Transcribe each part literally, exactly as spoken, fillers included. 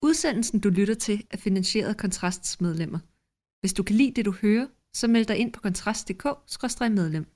Udsendelsen, du lytter til, er finansieret af Kontrasts medlemmer. Hvis du kan lide det, du hører, så meld dig ind på kontrast punktum d k skråstreg medlem.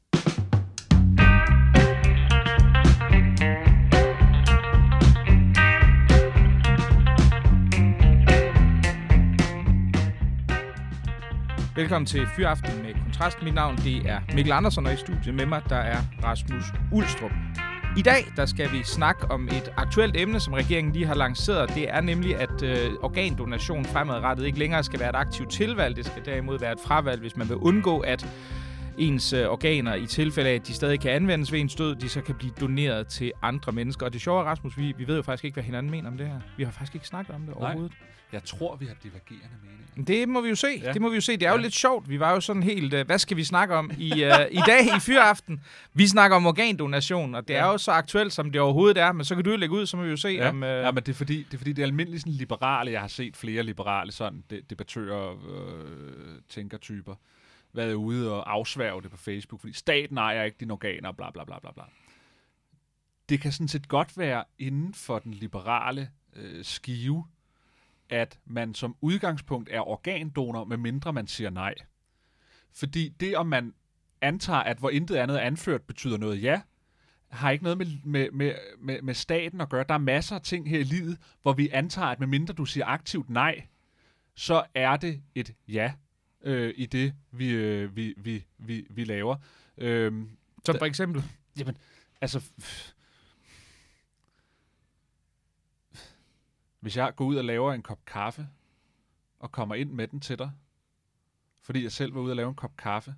Velkommen til Fyraften med Kontrast. Mit navn det er Mikkel Andersen, og i studiet med mig der er Rasmus Ulstrup. I dag der skal vi snakke om et aktuelt emne, som regeringen lige har lanceret. Det er nemlig, at øh, organdonation fremadrettet ikke længere skal være et aktivt tilvalg. Det skal derimod være et fravalg, hvis man vil undgå, at ens øh, organer, i tilfælde af, at de stadig kan anvendes ved ens død, de så kan blive doneret til andre mennesker. Og det sjove, Rasmus, vi, vi ved jo faktisk ikke, hvad hinanden mener om det her. Vi har faktisk ikke snakket om det Nej. overhovedet. Jeg tror, vi har divergerende meninger. Det må vi jo se. Ja. Det må vi jo se. Det er jo Ja. lidt sjovt. Vi var jo sådan helt, uh, hvad skal vi snakke om i, uh, i dag i Fyraften? Vi snakker om organdonation, og det Ja. er jo så aktuelt, som det overhovedet er. Men så kan du jo lægge ud, så må vi jo se Ja, om... Uh... ja men det er, fordi, det er fordi, det er almindeligt sådan liberale. Jeg har set flere liberale sådan de- debattører, øh, tænkertyper, været ude og afsværge det på Facebook, fordi staten ejer ikke dine organer, bla bla bla bla bla. Det kan sådan set godt være inden for den liberale øh, skive, at man som udgangspunkt er organdonor, medmindre man siger nej. Fordi det, om man antager, at hvor intet andet er anført, betyder noget ja, har ikke noget med, med, med, med, med staten at gøre. Der er masser af ting her i livet, hvor vi antager, at medmindre du siger aktivt nej, så er det et ja øh, i det, vi, øh, vi, vi, vi, vi laver. Øhm, Som for eksempel? Jamen, altså... F- Hvis jeg går ud og laver en kop kaffe, og kommer ind med den til dig, fordi jeg selv var ude og lave en kop kaffe,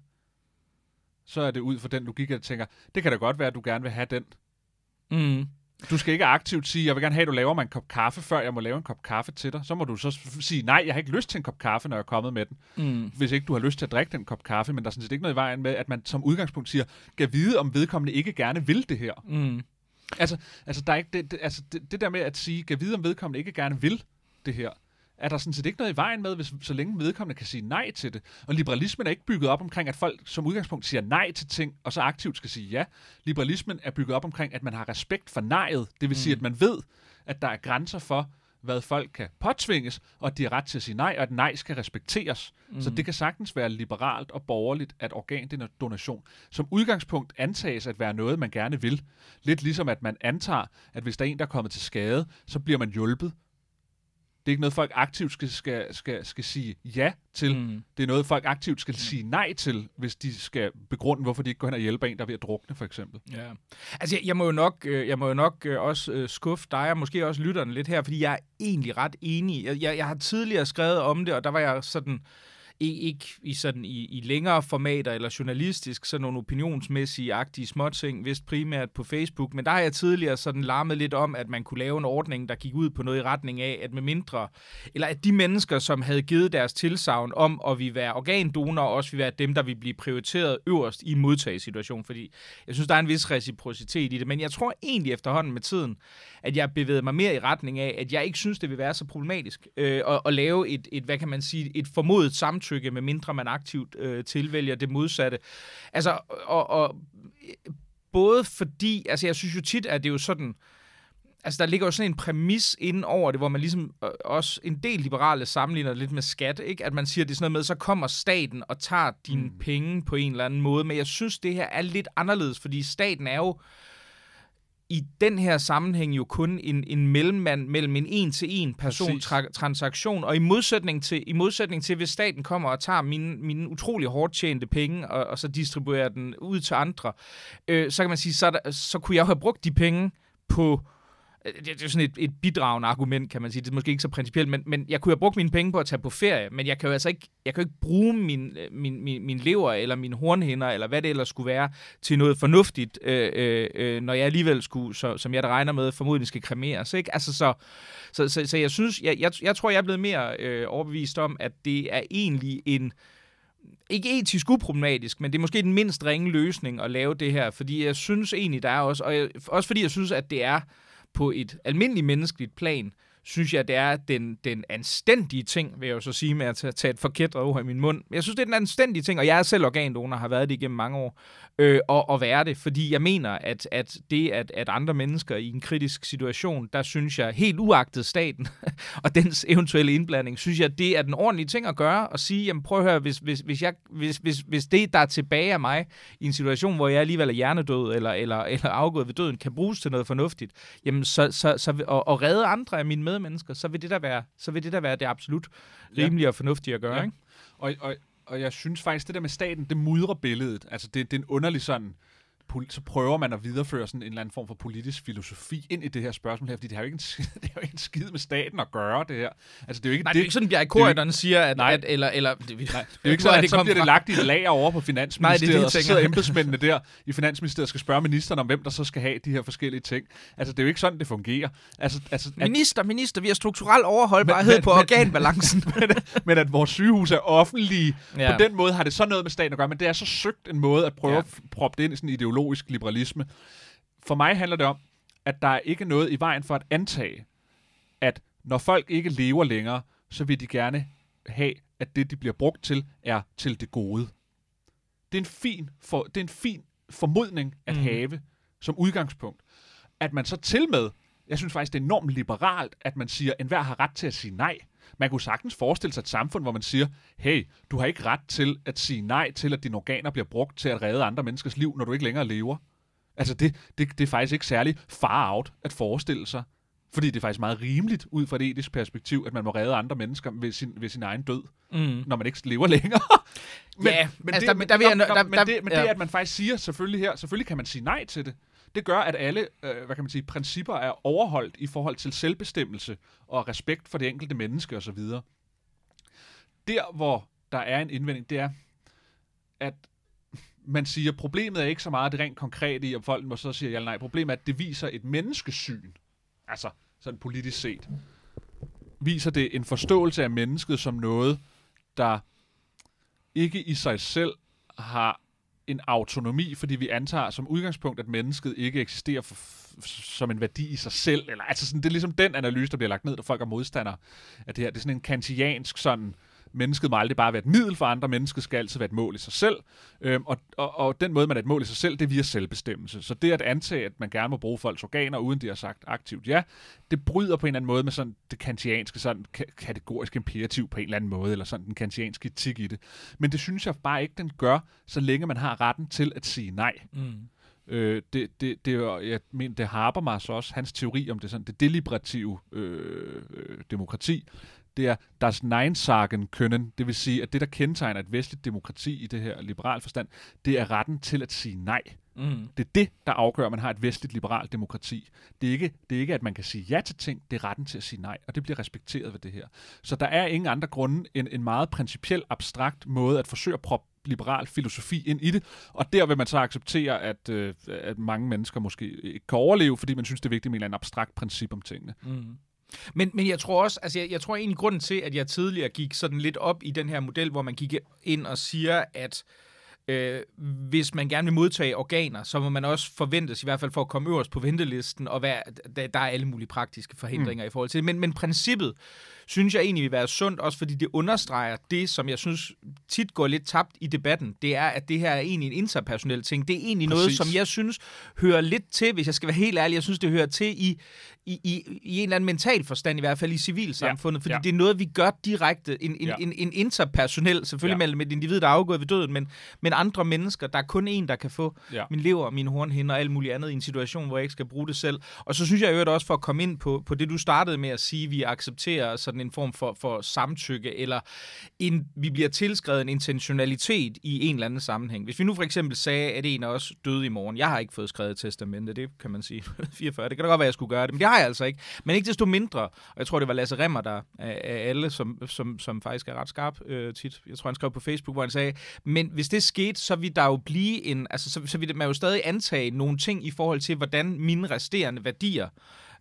så er det ud fra den logik, at jeg tænker, det kan da godt være, at du gerne vil have den. Mm. Du skal ikke aktivt sige, jeg vil gerne have, at du laver mig en kop kaffe, før jeg må lave en kop kaffe til dig. Så må du så sige, nej, jeg har ikke lyst til en kop kaffe, når jeg er kommet med den. Mm. Hvis ikke du har lyst til at drikke den kop kaffe, men der er sådan set ikke noget i vejen med, at man som udgangspunkt siger, kan vide, om vedkommende ikke gerne vil det her. Mm. Altså, altså, der er ikke det, det, altså det, det der med at sige, kan vide, om vedkommende ikke gerne vil det her, er der sådan set ikke noget i vejen med, hvis, så længe vedkommende kan sige nej til det. Og liberalismen er ikke bygget op omkring, at folk som udgangspunkt siger nej til ting, og så aktivt skal sige ja. Liberalismen er bygget op omkring, at man har respekt for nejet. Det vil sige, Mm. at man ved, at der er grænser for, hvad folk kan påtvinges, og at de har ret til at sige nej, og at nej skal respekteres. Mm. Så det kan sagtens være liberalt og borgerligt, at organdonation som udgangspunkt antages at være noget, man gerne vil. Lidt ligesom at man antager, at hvis der er en, der er kommet til skade, så bliver man hjulpet. Det er ikke noget, folk aktivt skal, skal, skal, skal sige ja til. Mm. Det er noget, folk aktivt skal sige nej til, hvis de skal begrunde, hvorfor de ikke går hen og hjælper en, der er ved at drukne, for eksempel. Ja. Altså, jeg, jeg må jo nok, øh, jeg må jo nok øh, også øh, skuffe dig, og måske også lytterne lidt her, fordi jeg er egentlig ret enig. Jeg, jeg, jeg har tidligere skrevet om det, og der var jeg sådan... ikke i sådan i, i længere formater eller journalistisk, sådan nogle opinionsmæssige-agtige småting, vist primært på Facebook, men der har jeg tidligere sådan larmet lidt om, at man kunne lave en ordning, der gik ud på noget i retning af, at med mindre, eller at de mennesker, som havde givet deres tilsagn om at vi være organdonorer, også vil være dem, der vil blive prioriteret øverst i modtagesituationen, fordi jeg synes, der er en vis reciprocitet i det, men jeg tror egentlig efterhånden med tiden, at jeg bevæger mig mere i retning af, at jeg ikke synes, det vil være så problematisk øh, at, at lave et, et, hvad kan man sige, et formodet samtykke, med mindre man aktivt øh, tilvælger det modsatte. Altså, og, og både fordi, altså jeg synes jo tit, at det er jo sådan, altså der ligger jo sådan en præmis inden over det, hvor man ligesom øh, også en del liberale sammenligner lidt med skat, ikke? At man siger, at det er sådan noget med, så kommer staten og tager dine mm. penge på en eller anden måde, men jeg synes, det her er lidt anderledes, fordi staten er jo i den her sammenhæng jo kun en, en mellemmand mellem en en-til-en person-transaktion, og i modsætning til, i modsætning til, hvis staten kommer og tager mine, mine utrolig hårdt tjente penge, og, og så distribuerer den ud til andre, øh, så kan man sige, så, der, så kunne jeg have brugt de penge på... Det er sådan et, et bidragende argument, kan man sige. Det er måske ikke så principielt, men, men jeg kunne have brugt mine penge på at tage på ferie, men jeg kan jo altså ikke, jeg kan jo ikke bruge min, min, min, min lever eller mine hornhinder, eller hvad det ellers skulle være, til noget fornuftigt, øh, øh, når jeg alligevel skulle, så, som jeg da regner med, formodentlig skal kremeres. Ikke? Altså, så, så, så, så jeg synes, jeg, jeg, jeg tror, jeg er blevet mere øh, overbevist om, at det er egentlig en ikke etisk uproblematisk, men det er måske den mindst ringe løsning at lave det her, fordi jeg synes egentlig, der er også, og jeg, også fordi jeg synes, at det er på et almindeligt menneskeligt plan, synes jeg, det er den, den anstændige ting, vil jeg jo så sige med at tage, tage et forkætret ord i min mund. Jeg synes, det er den anstændige ting, og jeg er selv organdonor, har været det igennem mange år, øh, og, og være det, fordi jeg mener, at, at det, at, at andre mennesker i en kritisk situation, der synes jeg, helt uagtet staten og dens eventuelle indblanding, synes jeg, det er den ordentlige ting at gøre, og sige, jamen prøv at høre, hvis, hvis, hvis, jeg, hvis, hvis, hvis det, der er tilbage af mig, i en situation, hvor jeg alligevel er hjernedød, eller, eller, eller afgået ved døden, kan bruges til noget fornuftigt, jamen så, så, så og, og redde andre af mine medmennesker, så vil det der være, så vil det der være det absolut rimelige ja. og fornuftige at gøre, ja. ikke? Og, og, og jeg synes faktisk, det der med staten, det mudrer billedet. Altså, det, det er en underlig sådan... Så prøver man at videreføre sådan en eller anden form for politisk filosofi ind i det her spørgsmål her, fordi det har jo ikke en skid, det har jo ikke en skid med staten at gøre, det her. Altså, det er jo ikke nej, det, det er ikke sådan, Bjerg Korydon siger, at... Nej. At, eller, eller, det, nej, det er jo ikke sådan, at det så bliver det lagt i et lager over på Finansministeriet, nej, det, det, og så sidder embedsmændene der i Finansministeriet og skal spørge ministeren om, hvem der så skal have de her forskellige ting. Altså, det er jo ikke sådan, det fungerer. Altså, altså, minister, minister, vi har strukturel overholdbarhed men, på men, organbalancen. Men, men at vores sygehus er offentlige, ja. på den måde har det så noget med staten at gøre, men det er så søgt en måde at prøve ja. at proppe det ind i sådan en ideologisk liberalisme. For mig handler det om, at der er ikke noget i vejen for at antage, at når folk ikke lever længere, så vil de gerne have, at det, de bliver brugt til, er til det gode. Det er en fin, for, det er en fin formodning at mm. have som udgangspunkt. At man så til med, jeg synes faktisk, det er enormt liberalt, at man siger, at enhver har ret til at sige nej. Man kunne sagtens forestille sig et samfund, hvor man siger, hey, du har ikke ret til at sige nej til, at dine organer bliver brugt til at redde andre menneskers liv, når du ikke længere lever. Altså, det, det, det er faktisk ikke særlig far out at forestille sig. Fordi det er faktisk meget rimeligt ud fra et etisk perspektiv, at man må redde andre mennesker ved sin, ved sin egen død, mm. når man ikke lever længere. men, ja, men, altså, det, der, men, der vil jeg, nå, der, men, der, det, men ja. det, at man faktisk siger, selvfølgelig her, selvfølgelig kan man sige nej til det. Det gør, at alle øh, hvad kan man sige, principper er overholdt i forhold til selvbestemmelse og respekt for det enkelte menneske osv. Der, hvor der er en indvending, det er, at man siger, problemet er ikke så meget det rent konkrete i, om folk må så sige ja eller nej. Problemet er, at det viser et menneskesyn, altså sådan politisk set, viser det en forståelse af mennesket som noget, der ikke i sig selv har en autonomi, fordi vi antager som udgangspunkt, at mennesket ikke eksisterer for, for, som en værdi i sig selv. Eller, altså sådan, det er ligesom den analyse, der bliver lagt ned, der folk er modstandere af det her. Det er sådan en kantiansk sådan, mennesket må aldrig bare være et middel for andre, mennesket skal altid være et mål i sig selv. Øhm, og, og, og den måde, man er et mål i sig selv, det er via selvbestemmelse. Så det at antage, at man gerne må bruge folks organer, uden de har sagt aktivt ja, det bryder på en eller anden måde med sådan det kantianske, sådan ka- kategoriske imperativ på en eller anden måde, eller sådan den kantianske etik i det. Men det synes jeg bare ikke, den gør, så længe man har retten til at sige nej. Mm. Øh, det, det, det, jeg mener, det Habermas også, hans teori om det, sådan, det deliberative øh, øh, demokrati, det er das Nein-sagen können, det vil sige, at det, der kendetegner et vestligt demokrati i det her liberale forstand, det er retten til at sige nej. Mm. Det er det, der afgør, at man har et vestligt liberalt demokrati. Det er, ikke, det er ikke, at man kan sige ja til ting, det er retten til at sige nej, og det bliver respekteret ved det her. Så der er ingen andre grunde end en meget principiel, abstrakt måde at forsøge at proppe liberal filosofi ind i det, og der vil man så acceptere, at, øh, at mange mennesker måske ikke kan overleve, fordi man synes, det er vigtigt med en eller anden abstrakt princip om tingene. Mm. Men, men jeg tror også, altså jeg, jeg tror egentlig grunden til, at jeg tidligere gik sådan lidt op i den her model, hvor man gik ind og siger, at øh, hvis man gerne vil modtage organer, så må man også forventes, i hvert fald for at komme øverst på ventelisten, og være, der, der er alle mulige praktiske forhindringer mm. i forhold til det. Men, men princippet synes jeg egentlig vil være sundt, også fordi det understreger det, som jeg synes tit går lidt tabt i debatten. Det er, at det her er egentlig en interpersonel ting. Det er egentlig Præcis. noget, som jeg synes hører lidt til, hvis jeg skal være helt ærlig, jeg synes, det hører til i, i, i, i en eller anden mental forstand, i hvert fald i civilsamfundet, ja. fordi ja. det er noget, vi gør direkte. En, en, ja. en, en interpersonel, selvfølgelig ja. mellem et individ, der er afgået ved døden, men, men andre mennesker. Der er kun en, der kan få ja. min lever, min hornhinde og alt muligt andet i en situation, hvor jeg ikke skal bruge det selv. Og så synes jeg jo også for at komme ind på, på det, du startede med at sige, vi accepterer sådan en form for, for samtykke, eller en, vi bliver tilskrevet en intentionalitet i en eller anden sammenhæng. Hvis vi nu for eksempel sagde, at en af os døde i morgen, jeg har ikke fået skrevet testamente, det kan man sige, fireogfyrre, det kan da godt være, at jeg skulle gøre det, men det har jeg altså ikke. Men ikke desto mindre, og jeg tror, det var Lasse Remmer, der af alle, som, som, som faktisk er ret skarp øh, tit, jeg tror, han skrev på Facebook, hvor han sagde, men hvis det skete, så vil der jo blive en, altså så, så vil man jo stadig antage nogle ting i forhold til, hvordan mine resterende værdier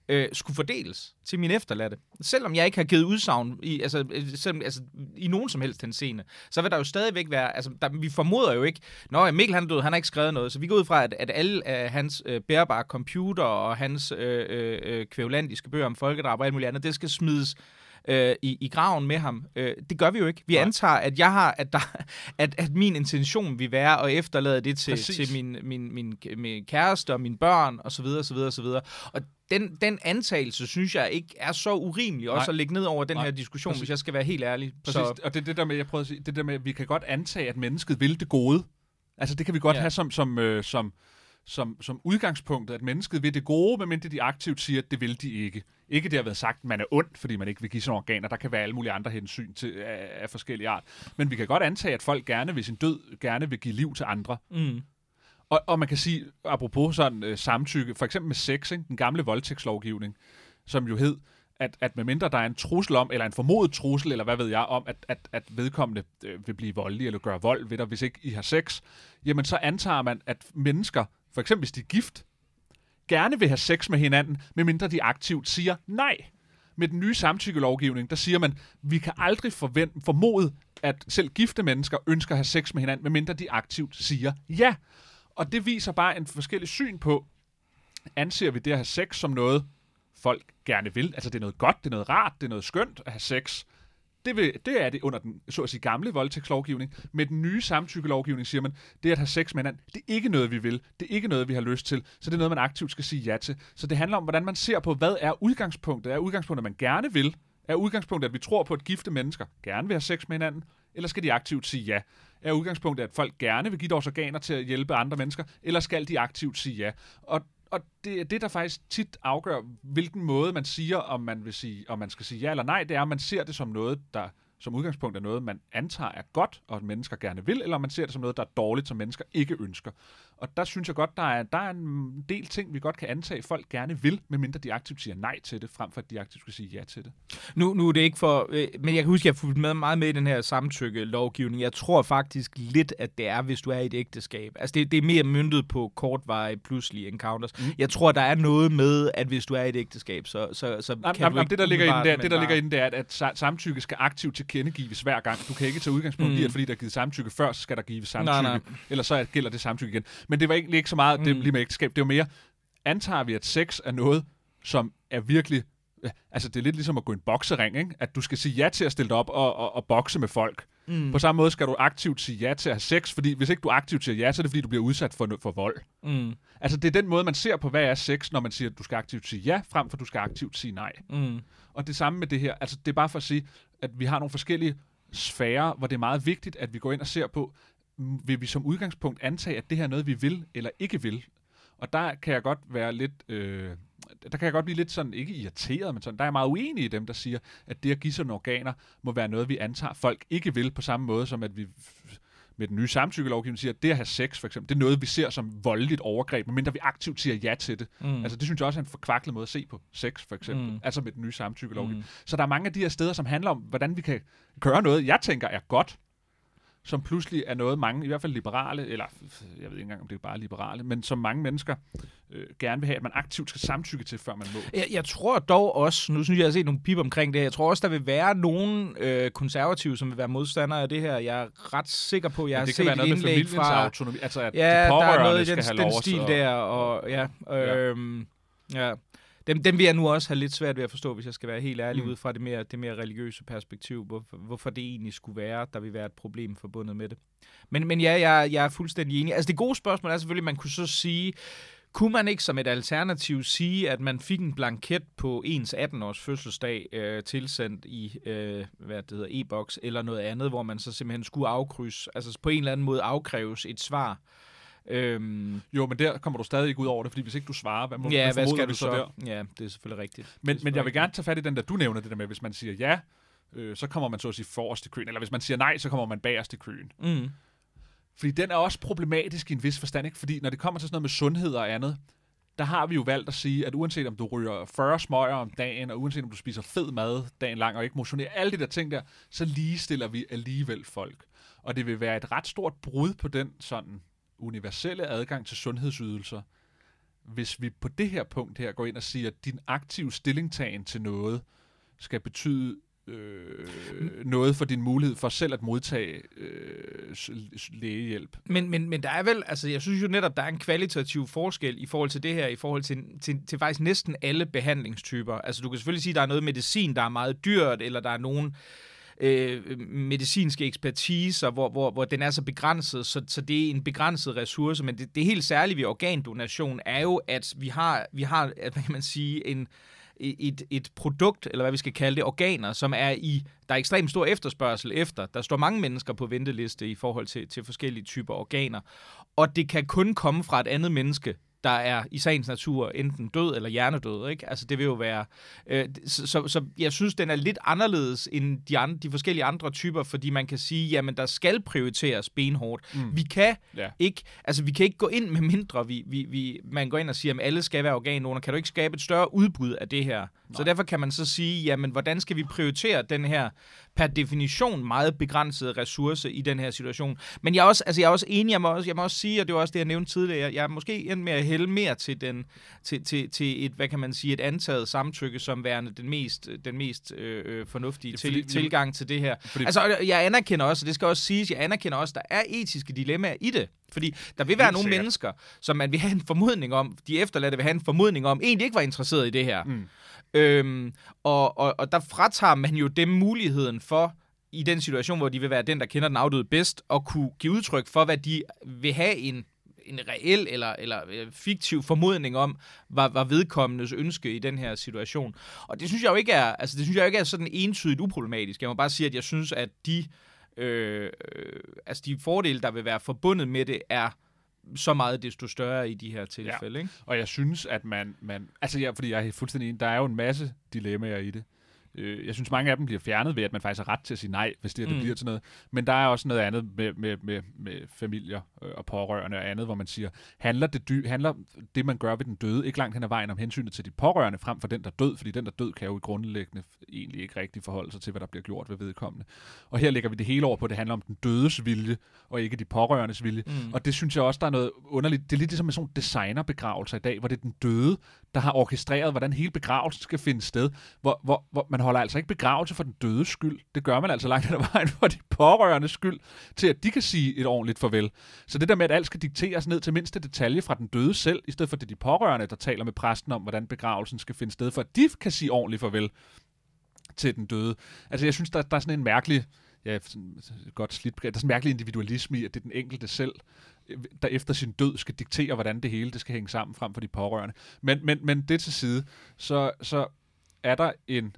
øh, skulle fordeles til mine efterladte. Selvom jeg ikke har givet udsagn i, altså, selvom, altså, i nogen som helst henseende, så vil der jo stadigvæk være, altså der, vi formoder jo ikke, nå, Mikkel han er død, han har ikke skrevet noget, så vi går ud fra, at, at alle af hans øh, bærbare computer og hans øh, øh, kvævlandiske bøger om folkedrab og alt muligt andet, det skal smides Øh, i, i graven med ham. Øh, det gør vi jo ikke. Vi Nej. antager, at jeg har, at, der, at, at min intention vil være at efterlade det til, til min, min, min, min kæreste og mine børn, og så videre, så videre, så videre. Og den, den antagelse, synes jeg ikke er så urimelig Nej. også at lægge ned over den Nej. her diskussion, Præcis. hvis jeg skal være helt ærlig. Så... Og det er det der med, jeg prøver at sige, det der med, at vi kan godt antage, at mennesket vil det gode. Altså det kan vi godt ja. have som, som, øh, som, som, som udgangspunkt, at mennesket vil det gode, medmindre de aktivt siger, at det vil de ikke. Ikke det har været sagt, at man er ond, fordi man ikke vil give sine organer. Der kan være alle mulige andre hensyn til, af, af forskellige art. Men vi kan godt antage, at folk gerne ved sin død gerne vil give liv til andre. Mm. Og, og man kan sige, apropos sådan øh, samtykke, for eksempel med sex, ikke? Den gamle voldtægtslovgivning, som jo hed, at, at medmindre der er en trussel om, eller en formodet trussel, eller hvad ved jeg, om, at, at, at vedkommende øh, vil blive voldelig, eller gøre vold ved dig, hvis ikke I har sex, jamen så antager man, at mennesker, for eksempel hvis de er gift, gerne vil have sex med hinanden, medmindre de aktivt siger nej. Med den nye samtykkelovgivning, der siger man, vi kan aldrig forvente, formode, at selv gifte mennesker ønsker at have sex med hinanden, medmindre de aktivt siger ja. Og det viser bare en forskellig syn på, anser vi det at have sex som noget, folk gerne vil. Altså det er noget godt, det er noget rart, det er noget skønt at have sex. Det, vil, det er det under den, så at sige, gamle voldtægtslovgivning. Med den nye samtykkelovgivning siger man, det at have sex med hinanden, det er ikke noget, vi vil. Det er ikke noget, vi har lyst til. Så det er noget, man aktivt skal sige ja til. Så det handler om, hvordan man ser på, hvad er udgangspunktet? Er udgangspunktet, at man gerne vil? Er udgangspunktet, at vi tror på, at gifte mennesker gerne vil have sex med hinanden? Eller skal de aktivt sige ja? Er udgangspunktet, at folk gerne vil give deres organer til at hjælpe andre mennesker? Eller skal de aktivt sige ja? Og Og det er det, der faktisk tit afgør, hvilken måde man siger, om man vil sige, om man skal sige ja eller nej. Det er, om man ser det som noget, der som udgangspunkt er noget, man antager er godt, og at mennesker gerne vil, eller om man ser det som noget, der er dårligt, som mennesker ikke ønsker. Og der synes jeg godt, der er, der er en del ting, vi godt kan antage, folk gerne vil, medmindre de aktivt siger nej til det, frem for at de aktivt skal sige ja til det. Nu, nu er det ikke for... Øh, men jeg kan huske, at jeg har fulgt med meget med i den her samtykke-lovgivning. Jeg tror faktisk lidt, at det er, hvis du er i et ægteskab. Altså, det, det er mere myndet på kortvarige, pludselige encounters. Mm. Jeg tror, der er noget med, at hvis du er i et ægteskab, så, så, så jamen, kan jamen, du ikke... Det, der ligger inde der, det, der ligger inde, det er, at, at samtykke skal aktivt tilkendegives hver gang. Du kan ikke tage udgangspunkt i, mm. at fordi der er givet samtykke før, så skal der gives samtykke. Nej, nej. Eller så gælder det samtykke igen. Men det var egentlig ikke så meget, mm. det lige med ægteskab. Det var mere, antager vi, at sex er noget, som er virkelig... Altså, det er lidt ligesom at gå i en boksering, ikke? At du skal sige ja til at stille dig op og, og, og bokse med folk. Mm. På samme måde skal du aktivt sige ja til at have sex, fordi hvis ikke du aktivt siger ja, så er det fordi, du bliver udsat for, for vold. Mm. Altså, det er den måde, man ser på, hvad er sex, når man siger, at du skal aktivt sige ja, frem for at du skal aktivt sige nej. Mm. Og det samme med det her. Altså, det er bare for at sige, at vi har nogle forskellige sfærer, hvor det er meget vigtigt, at vi går ind og ser på, vil vi som udgangspunkt antage, at det her er noget, vi vil eller ikke vil. Og der kan jeg godt være lidt... Øh, der kan jeg godt blive lidt sådan, ikke irriteret, men sådan, der er jeg meget uenig i dem, der siger, at det at give sådan organer, må være noget, vi antager, folk ikke vil, på samme måde som at vi med den nye samtykkelovgivning siger, at det at have sex, for eksempel, det er noget, vi ser som voldeligt overgreb, medmindre vi aktivt siger ja til det. Mm. Altså det synes jeg også er en forkvaklet måde at se på sex, for eksempel. Mm. Altså med den nye samtykkelovgivning. Mm. Så der er mange af de her steder, som handler om, hvordan vi kan gøre noget, jeg tænker er godt, som pludselig er noget, mange, i hvert fald liberale, eller jeg ved ikke engang, om det er bare liberale, men som mange mennesker øh, gerne vil have, at man aktivt skal samtykke til, før man må. Jeg, jeg tror dog også, nu synes jeg, jeg har set nogle pip omkring det her, jeg tror også, der vil være nogle øh, konservative, som vil være modstandere af det her. Jeg er ret sikker på, jeg har set et indlæg fra... autonomi, altså at ja, de pårørende der er noget i den, skal have den lov stil og, der, og ja, øh, ja. ja. Dem, dem vil jeg nu også have lidt svært ved at forstå, hvis jeg skal være helt ærlig, mm. ud fra det mere, det mere religiøse perspektiv, hvorfor, hvorfor det egentlig skulle være, der vil være et problem forbundet med det. Men, men ja, jeg, jeg er fuldstændig enig. Altså det gode spørgsmål er selvfølgelig, man kunne så sige, kunne man ikke som et alternativ sige, at man fik en blanket på ens atten-års fødselsdag øh, tilsendt i øh, hvad det hedder, e-boks eller noget andet, hvor man så simpelthen skulle afkrydse, altså på en eller anden måde afkræves et svar. Øhm, jo, men der kommer du stadig ikke ud over det, fordi hvis ikke du svarer, hvad, må, ja, hvad, hvad skal du så? så Der? Ja, det er selvfølgelig rigtigt. Men, selvfølgelig men jeg vil rigtigt. gerne tage fat i den der, du nævner det der med, hvis man siger ja, øh, så kommer man så at sige forrest i køen, eller hvis man siger nej, så kommer man bagerst i køen. Mm. Fordi den er også problematisk i en vis forstand, ikke? Fordi når det kommer til sådan noget med sundhed og andet, der har vi jo valgt at sige, at uanset om du ryger fyrre smøger om dagen, og uanset om du spiser fed mad dagen lang og ikke motionerer, alle de der ting der, så ligestiller vi alligevel folk. Og det vil være et ret stort brud på den sådan universelle adgang til sundhedsydelser, hvis vi på det her punkt her går ind og siger, at din aktive stillingtagen til noget skal betyde øh, noget for din mulighed for selv at modtage øh, lægehjælp. Men, men, men der er vel, altså jeg synes jo netop, der er en kvalitativ forskel i forhold til det her, i forhold til, til, til faktisk næsten alle behandlingstyper. Altså du kan selvfølgelig sige, at der er noget medicin, der er meget dyrt, eller der er nogen øh, medicinske ekspertiser, hvor, hvor, hvor den er så begrænset, så, så det er en begrænset ressource. Men det, det helt særlige ved organdonation er jo, at vi har, vi har hvad kan man sige, en Et, et produkt, eller hvad vi skal kalde det, organer, som er i, der er ekstremt stor efterspørgsel efter. Der står mange mennesker på venteliste i forhold til, til forskellige typer organer. Og det kan kun komme fra et andet menneske, der er i sagens natur enten død eller hjernedød, ikke? Altså det vil jo være... Øh, så, så, så jeg synes, den er lidt anderledes end de, andre, de forskellige andre typer, fordi man kan sige, jamen der skal prioriteres benhårdt. Mm. Vi kan ja. ikke... Altså vi kan ikke gå ind med mindre, vi, vi, vi, man går ind og siger, at alle skal være organdonor. Kan du ikke skabe et større udbud af det her? Nej. Så derfor kan man så sige, jamen hvordan skal vi prioritere den her per definition meget begrænsede ressource i den her situation? Men jeg er også, altså jeg er også enig, jeg må også, jeg må også sige, og det var også det, jeg nævnte tidligere, jeg er måske endt med at hælde mere til, den, til, til, til et, hvad kan man sige, et antaget samtykke som værende den mest, den mest øh, fornuftige til, fordi, tilgang til det her. Fordi, altså jeg anerkender også, og det skal også siges, jeg anerkender også, der er etiske dilemmaer i det. Fordi der vil være nogle sikkert. mennesker, som man vil have en formodning om, de efterladte vil have en formodning om, egentlig ikke var interesseret i det her. Mm. Øhm, og, og, og der fratager man jo dem muligheden for, i den situation, hvor de vil være den, der kender den afdøde bedst, og kunne give udtryk for, hvad de vil have en, en reel eller, eller fiktiv formodning om, var, var vedkommendes ønske i den her situation. Og det synes jeg jo ikke er, altså det synes jeg jo ikke er sådan entydigt uproblematisk. Jeg må bare sige, at jeg synes, at de, øh, altså de fordele, der vil være forbundet med det, er så meget desto større i de her tilfælde, ja. Ikke? Og jeg synes, at man... man altså, ja, fordi jeg er fuldstændig enig, der er jo en masse dilemmaer i det. Jeg synes, mange af dem bliver fjernet ved, at man faktisk har ret til at sige nej, hvis det, mm. det bliver til noget. Men der er også noget andet med, med, med, med familier og pårørende og andet, hvor man siger, handler det, dy- handler det, man gør ved den døde, ikke langt hen ad vejen om hensynet til de pårørende, frem for den, der død, fordi den, der død, kan jo i grundlæggende egentlig ikke rigtig forholde sig til, hvad der bliver gjort ved vedkommende. Og her lægger vi det hele over på, at det handler om den dødes vilje, og ikke de pårørendes vilje. Mm. Og det synes jeg også, der er noget underligt. Det er lidt ligesom med sådan en designerbegravelse i dag, hvor det er den døde, der har orkestreret, hvordan hele begravelsen skal finde sted, hvor, hvor, hvor man holder altså ikke begravelse for den dødes skyld. Det gør man altså langt hen ad vejen for de pårørendes skyld, til at de kan sige et ordentligt farvel. Så det der med, at alt skal dikteres ned til mindste detalje fra den døde selv, i stedet for det de pårørende, der taler med præsten om, hvordan begravelsen skal finde sted, for at de kan sige ordentligt farvel til den døde. Altså jeg synes, der, der er sådan en mærkelig, ja, sådan, godt slidt begreb, der er sådan en mærkelig individualisme i, at det er den enkelte selv, der efter sin død skal diktere, hvordan det hele det skal hænge sammen frem for de pårørende. Men, men, men det til side, så, så er der en...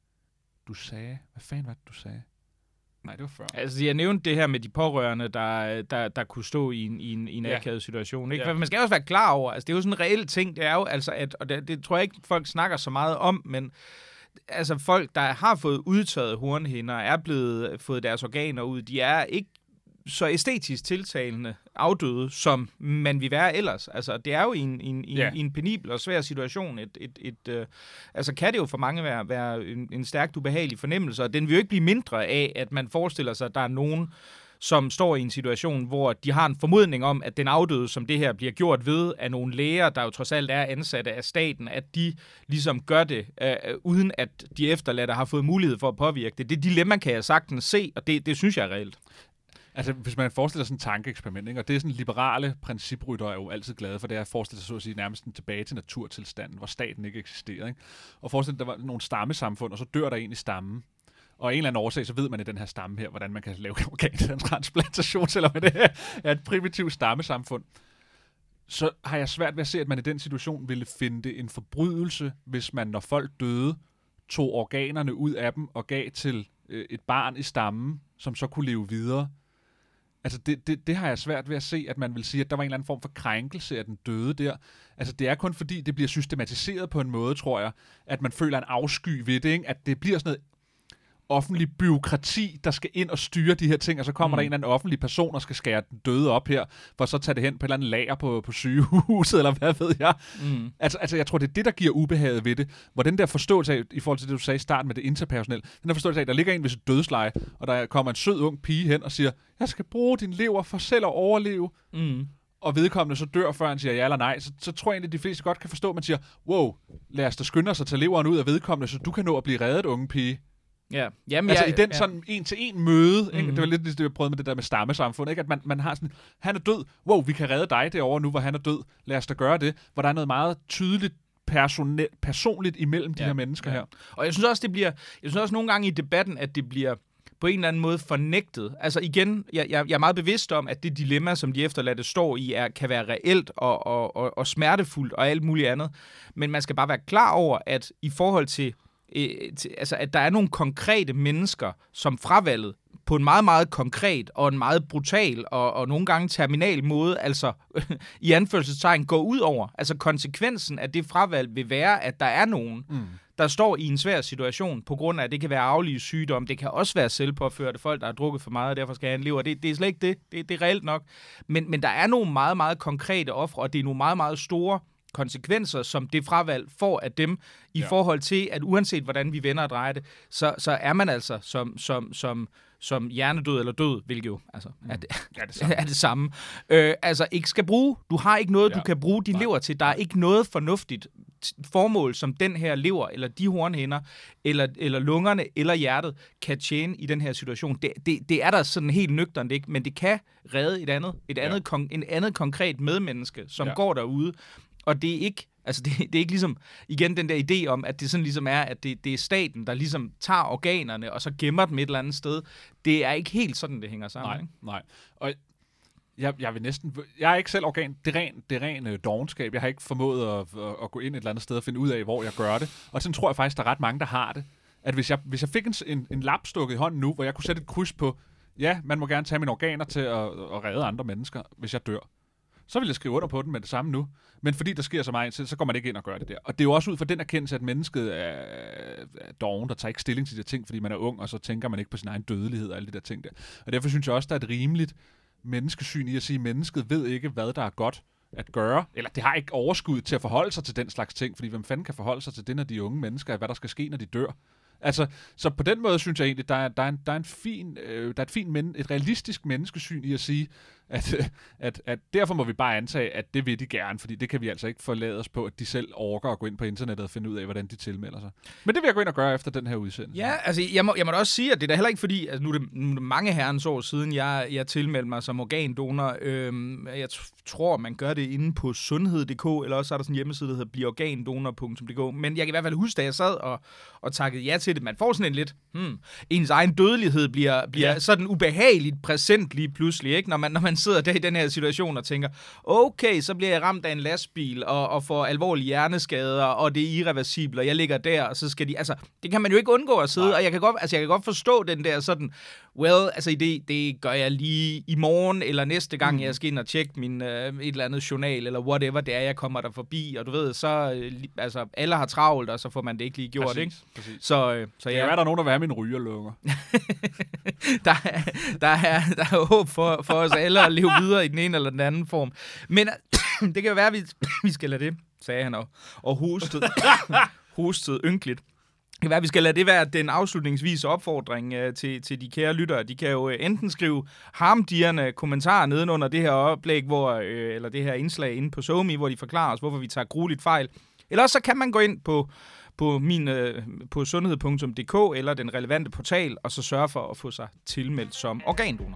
Du sagde... Hvad fanden var det, du sagde? Nej, det var før. Altså, jeg nævnte det her med de pårørende, der, der, der kunne stå i en, i en, i en ja. akavet situation. Ikke? Ja. Man skal også være klar over, altså det er jo sådan en reel ting, det er jo altså, at, og det, det tror jeg ikke, folk snakker så meget om, men altså folk, der har fået udtaget hornhinder, er blevet fået deres organer ud, de er ikke så æstetisk tiltalende afdøde, som man vil være ellers. Altså, det er jo i en, en, yeah. en penibel og svær situation. Et, et, et, øh, altså, kan det jo for mange være, være en, en stærkt ubehagelig fornemmelse, og den vil jo ikke blive mindre af, at man forestiller sig, at der er nogen, som står i en situation, hvor de har en formodning om, at den afdøde, som det her bliver gjort ved af nogle læger, der jo trods alt er ansatte af staten, at de ligesom gør det, øh, uden at de efterladte har fået mulighed for at påvirke det. Det dilemma kan jeg sagtens se, og det, det synes jeg er reelt. Altså, hvis man forestiller sig en tankeeksperiment, ikke? Og det er sådan liberale principrytter er jo altid glade for, det er at forestille sig så at sige nærmest tilbage til naturtilstanden, hvor staten ikke eksisterer, ikke? Og forestille sig, at der var nogle stammesamfund, og så dør der en i stammen. Og af en eller anden årsag, så ved man i den her stamme her, hvordan man kan lave organtransplantation, selvom det er et primitivt stammesamfund. Så har jeg svært ved at se, at man i den situation ville finde det en forbrydelse, hvis man, når folk døde, tog organerne ud af dem og gav til øh, et barn i stammen, som så kunne leve videre. Altså, det, det, det har jeg svært ved at se, at man vil sige, at der var en eller anden form for krænkelse af den døde der. Altså, det er kun fordi, det bliver systematiseret på en måde, tror jeg, at man føler en afsky ved det, ikke? At det bliver sådan noget offentlig byråkrati, der skal ind og styre de her ting, og så kommer mm. der en eller anden offentlig person, og skal skære den døde op her, for så tage det hen på et eller andet lager på, på sygehuset, eller hvad ved jeg. Mm. Altså, altså, jeg tror, det er det, der giver ubehaget ved det. Hvor den der forståelse af, i forhold til det, du sagde i starten med det interpersonel, den der forståelse af, at der ligger en ved sit dødsleje, og der kommer en sød ung pige hen og siger, jeg skal bruge din lever for selv at overleve. Mm. og vedkommende så dør, før han siger ja eller nej, så, så tror jeg egentlig, at de fleste godt kan forstå, at man siger, wow, lad os da skynde os at tage leveren ud af vedkommende, så du kan nå at blive reddet, unge pige. Ja. Jamen, altså jeg, i den ja. sådan en-til-en møde, mm-hmm. ikke? Det var lidt ligesom det, jeg prøvede med det der med stammesamfund, ikke? At man, man har sådan, han er død, wow, vi kan redde dig derovre nu, hvor han er død, lad os da gøre det, hvor der er noget meget tydeligt persone- personligt imellem de ja. her mennesker ja. her. Og jeg synes også, det bliver, jeg synes også nogle gange i debatten, at det bliver på en eller anden måde fornægtet. Altså igen, jeg, jeg, jeg er meget bevidst om, at det dilemma, som de efterladte står i, er, kan være reelt og, og, og, og smertefuldt og alt muligt andet. Men man skal bare være klar over, at i forhold til, øh, til altså, at der er nogle konkrete mennesker, som fravalget på en meget, meget konkret og en meget brutal og, og nogle gange terminal måde, altså i anførselstegn, gå ud over. Altså konsekvensen af det fravalg vil være, at der er nogen, mm. der står i en svær situation, på grund af, at det kan være arvelige sygdomme, det kan også være selvpåførte folk, der har drukket for meget, og derfor skal have en lever. Det, det er slet ikke det. Det, det er reelt nok. Men, men der er nogle meget, meget konkrete ofre, og det er nogle meget, meget store konsekvenser, som det fravalg får af dem, i ja. forhold til, at uanset hvordan vi vender og drejer det, så, så er man altså som, som, som, som hjernedød eller død, hvilket jo altså, mm. er, det, er det samme, er det samme. Øh, altså ikke skal bruge. Du har ikke noget, ja. du kan bruge din Nej. lever til. Der er ikke noget fornuftigt formål, som den her lever, eller de hornhinder, eller, eller lungerne, eller hjertet, kan tjene i den her situation. Det, det, det er der sådan helt nøgternt ikke, men det kan redde et andet, et andet, ja. kon, en andet konkret medmenneske, som ja. går derude. Og det er ikke, altså det, det er ikke ligesom, igen den der idé om, at det sådan ligesom er, at det, det er staten, der ligesom tager organerne, og så gemmer dem et eller andet sted. Det er ikke helt sådan, det hænger sammen. Nej, ikke? nej. Og jeg, jeg vil næsten, jeg er ikke selv organ, det er ren, det er ren uh, dovenskab. Jeg har ikke formået at, at, at gå ind et eller andet sted og finde ud af, hvor jeg gør det. Og sådan tror jeg faktisk, der er ret mange, der har det. At hvis jeg, hvis jeg fik en, en, en lap stukket i hånden nu, hvor jeg kunne sætte et kryds på, ja, man må gerne tage mine organer til at, at redde andre mennesker, hvis jeg dør. Så vil jeg skrive under på den med det samme nu. Men fordi der sker så meget, så går man ikke ind og gør det der. Og det er jo også ud fra den erkendelse, at mennesket er, er doven, der tager ikke stilling til de ting, fordi man er ung, og så tænker man ikke på sin egen dødelighed og alle de der ting der. Og derfor synes jeg også, der er et rimeligt menneskesyn i at sige, at mennesket ved ikke, hvad der er godt at gøre, eller det har ikke overskud til at forholde sig til den slags ting, fordi hvem fanden kan forholde sig til det, når de unge mennesker, hvad der skal ske, når de dør. Altså, så på den måde synes jeg egentlig, der er, der er, en, der er, en fin, øh, der er et, fin men, et realistisk menneskesyn i at sige, at, øh, at, at derfor må vi bare antage, at det vil de gerne, fordi det kan vi altså ikke forlade os på, at de selv orker at gå ind på internettet og finde ud af, hvordan de tilmelder sig. Men det vil jeg gå ind og gøre efter den her udsendelse. Ja, altså jeg må, jeg må da også sige, at det er da heller ikke fordi, altså nu er det, nu er det mange herrens år siden, jeg, jeg tilmeldte mig som organdonor. Øhm, jeg t- tror, man gør det inde på sundhed punktum d k, eller også er der sådan en hjemmeside, der hedder bliv organdonor punktum d k. Men jeg kan i hvert fald huske, da jeg sad og, og takkede ja til det, man får sådan en lidt, hmm, ens egen dødelighed bliver, bliver ja. sådan ubehageligt præsent lige pludselig, ikke? Når man, når man sidder der i den her situation og tænker, okay, så bliver jeg ramt af en lastbil og, og får alvorlige hjerneskader, og det er irreversibelt, og jeg ligger der, og så skal de, altså, det kan man jo ikke undgå at sidde, Nej. og jeg kan godt, altså, jeg kan godt forstå den der sådan, well, altså, det, det gør jeg lige i morgen, eller næste gang, mm. jeg skal ind og tjekke min, øh, et eller andet journal, eller whatever det er, jeg kommer der forbi, og du ved, så, øh, altså, alle har travlt, og så får man det ikke lige gjort, præcis, ikke? Præcis. Så, øh, så ja. ja. Er der nogen, der vil have mine rygerlunger? der, er, der, er, der er håb for, for os alle at leve videre i den ene eller den anden form. Men det kan jo være, at vi, vi skal lade det, sagde han og, og hostede, hostede ynkeligt. Det kan være, at vi skal lade det være den afslutningsvise opfordring uh, til, til de kære lyttere. De kan jo uh, enten skrive harmdirrende kommentarer nedenunder det her oplæg, hvor, uh, eller det her indslag inde på SoMe, hvor de forklarer os, hvorfor vi tager grueligt fejl. Eller så kan man gå ind på på, min, øh, på sundhed punktum d k eller den relevante portal, og så sørge for at få sig tilmeldt som organdonor.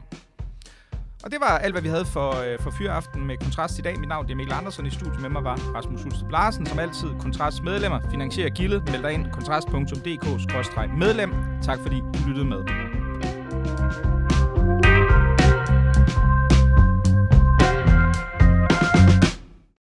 Og det var alt, hvad vi havde for, øh, for Fyraften med Kontrast i dag. Mit navn er Mikkel Andersen. I studiet med mig var Rasmus Hulstrup Larsen. Som altid, Kontrasts medlemmer finansierer gildet. Meld dig ind kontrast punktum d k skråstreg medlem. Tak fordi du lyttede med.